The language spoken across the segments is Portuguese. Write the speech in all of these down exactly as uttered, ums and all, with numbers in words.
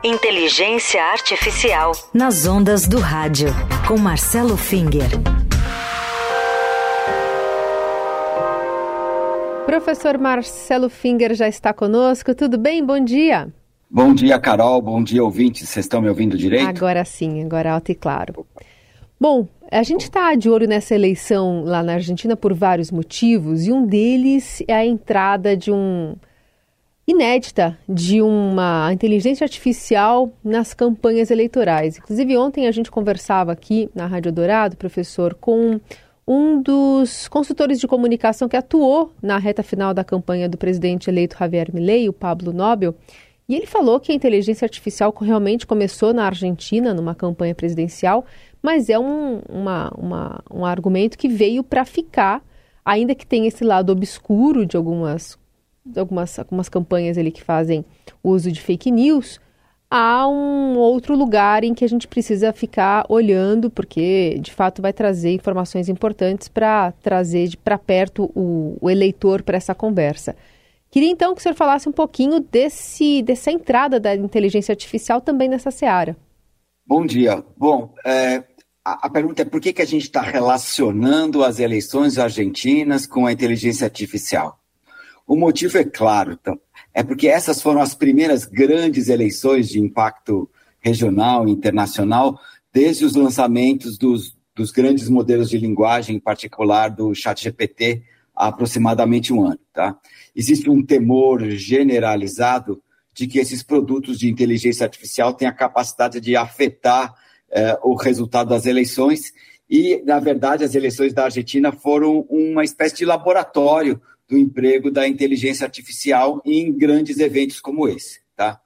Inteligência Artificial. Nas ondas do rádio, com Marcelo Finger. Professor Marcelo Finger já está conosco. Tudo bem? Bom dia. Bom dia, Carol. Bom dia, ouvintes. Vocês estão me ouvindo direito? Agora sim, agora alto e claro. Bom, a gente está de olho nessa eleição lá na Argentina por vários motivos, e um deles é a entrada de um... inédita de uma inteligência artificial nas campanhas eleitorais. Inclusive, ontem a gente conversava aqui na Rádio Dourado, professor, com um dos consultores de comunicação que atuou na reta final da campanha do presidente eleito Javier Milei, o Pablo Nobel, e ele falou que a inteligência artificial realmente começou na Argentina, numa campanha presidencial, mas é um, uma, uma, um argumento que veio para ficar, ainda que tenha esse lado obscuro de algumas Algumas, algumas campanhas ali que fazem uso de fake news. Há um outro lugar em que a gente precisa ficar olhando, porque de fato vai trazer informações importantes para trazer para perto o, o eleitor para essa conversa. Queria então que o senhor falasse um pouquinho desse, dessa entrada da inteligência artificial também nessa seara. Bom dia. Bom, é, a, a pergunta é por que, que a gente está relacionando as eleições argentinas com a inteligência artificial? O motivo é claro, então, é porque essas foram as primeiras grandes eleições de impacto regional e internacional desde os lançamentos dos, dos grandes modelos de linguagem, em particular do ChatGPT, há aproximadamente um ano. Tá? Existe um temor generalizado de que esses produtos de inteligência artificial têm a capacidade de afetar eh, o resultado das eleições e, na verdade, as eleições da Argentina foram uma espécie de laboratório do emprego da inteligência artificial em grandes eventos como esse. Tá?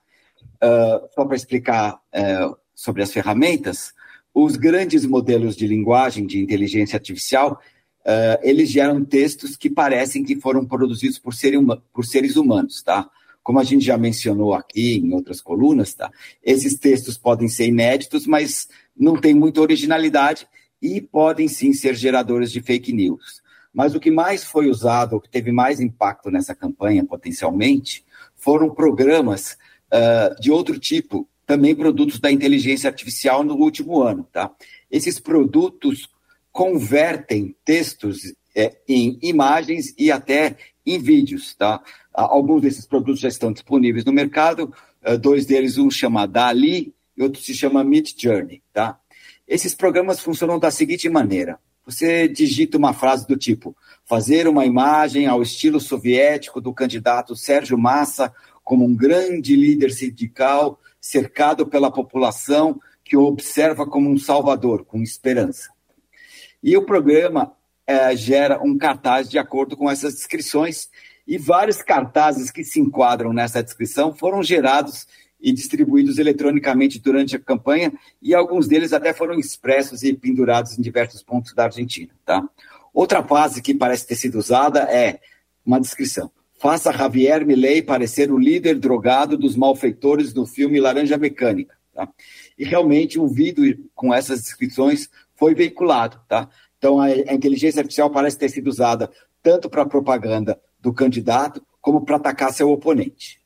Uh, só para explicar uh, sobre as ferramentas, os grandes modelos de linguagem de inteligência artificial, uh, eles geram textos que parecem que foram produzidos por, ser huma- por seres humanos. Tá? Como a gente já mencionou aqui em outras colunas, tá? Esses textos podem ser inéditos, mas não têm muita originalidade e podem sim ser geradores de fake news. Mas o que mais foi usado, o que teve mais impacto nessa campanha, potencialmente, foram programas uh, de outro tipo, também produtos da inteligência artificial no último ano. Tá? Esses produtos convertem textos é, em imagens e até em vídeos. Tá? Alguns desses produtos já estão disponíveis no mercado, uh, dois deles, um chama DALL-E e outro se chama Midjourney. Tá? Esses programas funcionam da seguinte maneira. Você digita uma frase do tipo, fazer uma imagem ao estilo soviético do candidato Sérgio Massa como um grande líder sindical cercado pela população que o observa como um salvador, com esperança. E o programa é, gera um cartaz de acordo com essas descrições e vários cartazes que se enquadram nessa descrição foram gerados e distribuídos eletronicamente durante a campanha, e alguns deles até foram impressos e pendurados em diversos pontos da Argentina. Tá? Outra frase que parece ter sido usada é uma descrição. Faça Javier Milei parecer o líder drogado dos malfeitores do filme Laranja Mecânica. Tá? E realmente um vídeo com essas descrições foi veiculado. Tá? Então a, a inteligência artificial parece ter sido usada tanto para a propaganda do candidato como para atacar seu oponente.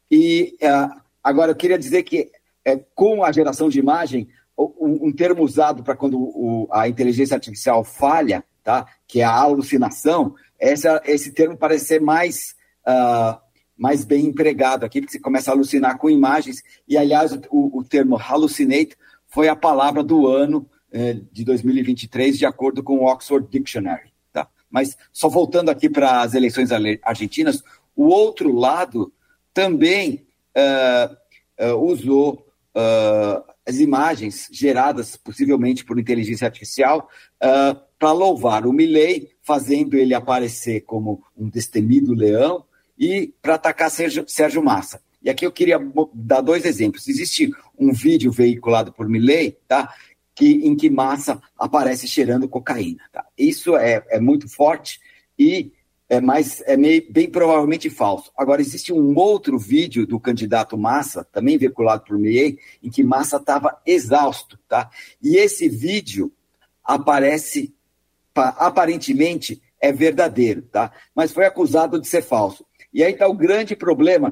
E uh, Agora, eu queria dizer que, é, com a geração de imagem, um, um termo usado para quando o, a inteligência artificial falha, tá? Que é a alucinação, essa, esse termo parece ser mais, uh, mais bem empregado aqui, porque você começa a alucinar com imagens, e, aliás, o, o termo hallucinate foi a palavra do ano eh, de dois mil e vinte e três, de acordo com o Oxford Dictionary. Tá? Mas, só voltando aqui para as eleições argentinas, o outro lado também Uh, uh, usou uh, as imagens geradas possivelmente por inteligência artificial uh, para louvar o Milei, fazendo ele aparecer como um destemido leão e para atacar Sérgio, Sérgio Massa. E aqui eu queria dar dois exemplos. Existe um vídeo veiculado por Milei, tá, que, em que Massa aparece cheirando cocaína. Tá? Isso é, é muito forte e É, mas é meio, bem provavelmente falso. Agora, existe um outro vídeo do candidato Massa, também veiculado por Milei, em que Massa estava exausto. Tá? E esse vídeo aparece, aparentemente, é verdadeiro, tá? Mas foi acusado de ser falso. E aí está o grande problema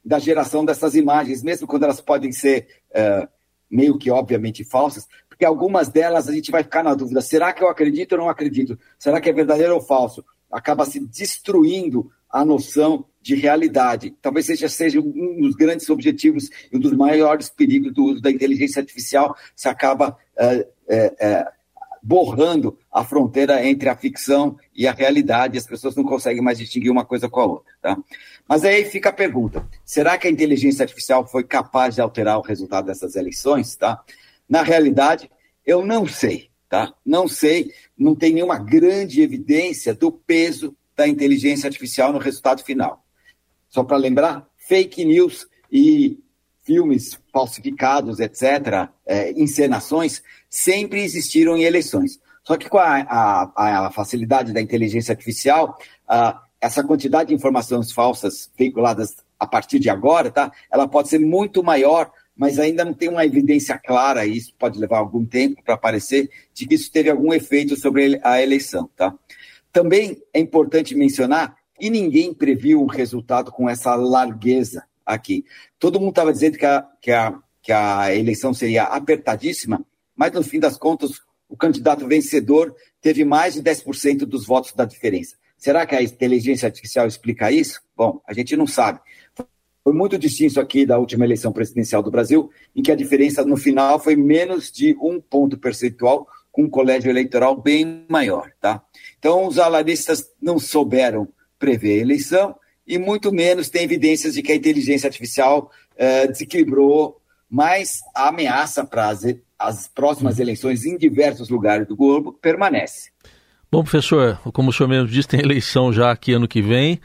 da geração dessas imagens, mesmo quando elas podem ser uh, meio que obviamente falsas, porque algumas delas a gente vai ficar na dúvida, será que eu acredito ou não acredito? Será que é verdadeiro ou falso? Acaba se destruindo a noção de realidade. Talvez seja, seja um dos grandes objetivos e um dos maiores perigos do uso da inteligência artificial, se acaba uh, uh, uh, borrando a fronteira entre a ficção e a realidade, as pessoas não conseguem mais distinguir uma coisa com a outra. Tá? Mas aí fica a pergunta, será que a inteligência artificial foi capaz de alterar o resultado dessas eleições? Tá? Na realidade, eu não sei. Tá? Não sei, não tem nenhuma grande evidência do peso da inteligência artificial no resultado final. Só para lembrar, fake news e filmes falsificados, etcétera, é, encenações, sempre existiram em eleições. Só que com a, a, a facilidade da inteligência artificial, a, essa quantidade de informações falsas veiculadas a partir de agora, tá? Ela pode ser muito maior, mas ainda não tem uma evidência clara, e isso pode levar algum tempo para aparecer, de que isso teve algum efeito sobre a eleição. Tá? Também é importante mencionar que ninguém previu um resultado com essa largueza aqui. Todo mundo estava dizendo que a, que, a, que a eleição seria apertadíssima, mas no fim das contas, o candidato vencedor teve mais de dez por cento dos votos da diferença. Será que a inteligência artificial explica isso? Bom, a gente não sabe. Foi muito distinto aqui da última eleição presidencial do Brasil, em que a diferença no final foi menos de um ponto percentual, com um colégio eleitoral bem maior. Tá? Então, os analistas não souberam prever a eleição e muito menos tem evidências de que a inteligência artificial eh, desequilibrou mais a ameaça para as, as próximas eleições em diversos lugares do globo permanece. Bom, professor, como o senhor mesmo disse, tem eleição já aqui ano que vem.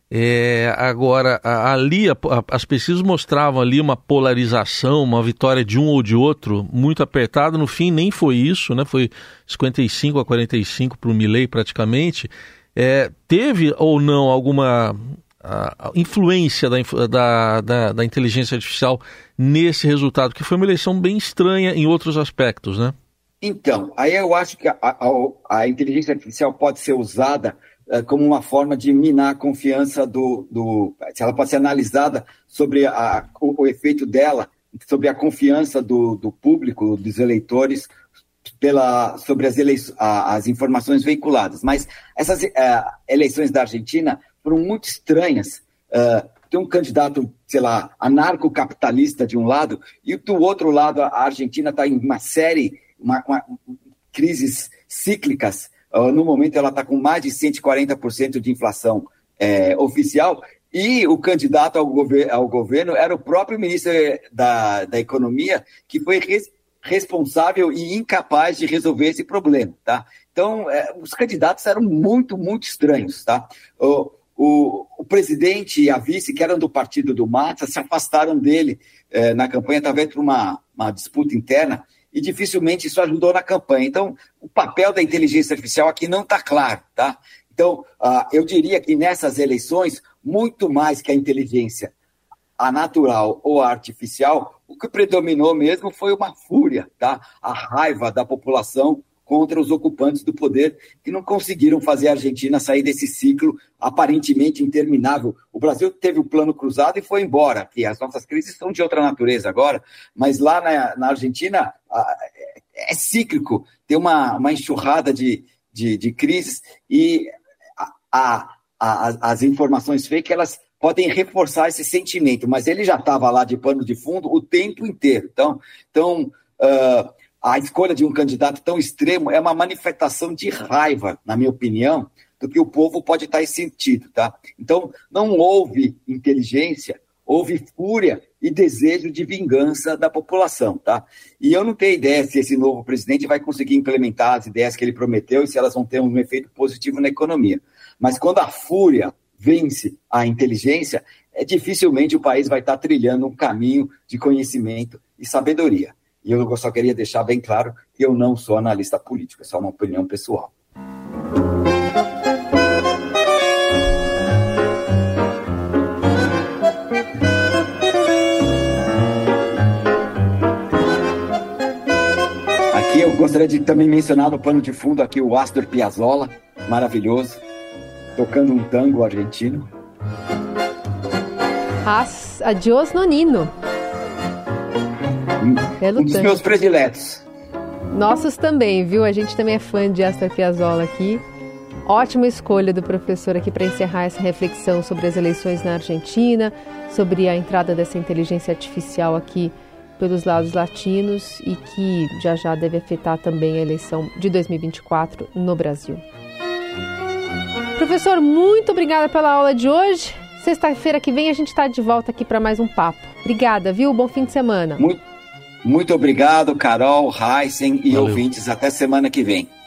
É, agora, ali, a, a, as pesquisas mostravam ali uma polarização, uma vitória de um ou de outro, muito apertada. No fim, nem foi isso, né? Foi cinquenta e cinco a quarenta e cinco para o Milei, praticamente. É, teve ou não alguma a, a influência da, da, da, da inteligência artificial nesse resultado? Que foi uma eleição bem estranha em outros aspectos, né? Então, aí eu acho que a, a, a inteligência artificial pode ser usada como uma forma de minar a confiança do... do se ela pode ser analisada sobre a, o, o efeito dela, sobre a confiança do, do público, dos eleitores, pela, sobre as, elei, a, as informações veiculadas. Mas essas uh, eleições da Argentina foram muito estranhas. Uh, tem um candidato, sei lá, anarcocapitalista de um lado, e do outro lado a Argentina está em uma série, uma, uma, crises cíclicas. Uh, no momento, ela está com mais de cento e quarenta por cento de inflação é, oficial, e o candidato ao, gover- ao governo era o próprio ministro da, da Economia, que foi res- responsável e incapaz de resolver esse problema. Tá? Então, é, os candidatos eram muito, muito estranhos. Tá? O, o, o presidente e a vice, que eram do partido do Massa, se afastaram dele é, na campanha, talvez por uma, uma disputa interna, e dificilmente isso ajudou na campanha. Então, o papel da inteligência artificial aqui não está claro. Tá? Então, uh, eu diria que nessas eleições, muito mais que a inteligência, a natural ou a artificial, o que predominou mesmo foi uma fúria, tá? A raiva da população contra os ocupantes do poder, que não conseguiram fazer a Argentina sair desse ciclo aparentemente interminável. O Brasil teve o plano cruzado e foi embora, que as nossas crises são de outra natureza agora, mas lá na, na Argentina é cíclico, tem uma, uma enxurrada de, de, de crises e a, a, a, as informações fake, elas podem reforçar esse sentimento, mas ele já estava lá de pano de fundo o tempo inteiro. Então, então uh, a escolha de um candidato tão extremo é uma manifestação de raiva, na minha opinião, do que o povo pode estar sentindo, tá? Então, não houve inteligência, houve fúria e desejo de vingança da população, tá? E eu não tenho ideia se esse novo presidente vai conseguir implementar as ideias que ele prometeu e se elas vão ter um efeito positivo na economia. Mas quando a fúria vence a inteligência, é, dificilmente o país vai estar trilhando um caminho de conhecimento e sabedoria. E eu só queria deixar bem claro que eu não sou analista político, é só uma opinião pessoal. Aqui eu gostaria de também mencionar no pano de fundo aqui o Astor Piazzolla, maravilhoso, tocando um tango argentino. As, Adiós Nonino. Um dos meus prediletos. Nossos também, viu? A gente também é fã de Astor Piazzolla aqui. Ótima escolha do professor aqui para encerrar essa reflexão sobre as eleições na Argentina, sobre a entrada dessa inteligência artificial aqui pelos lados latinos e que já já deve afetar também a eleição de dois mil e vinte e quatro no Brasil. Professor, muito obrigada pela aula de hoje. Sexta-feira que vem a gente está de volta aqui para mais um papo. Obrigada, viu? Bom fim de semana. Muito, muito obrigado, Carol, Heisen e Valeu. Ouvintes. Até semana que vem.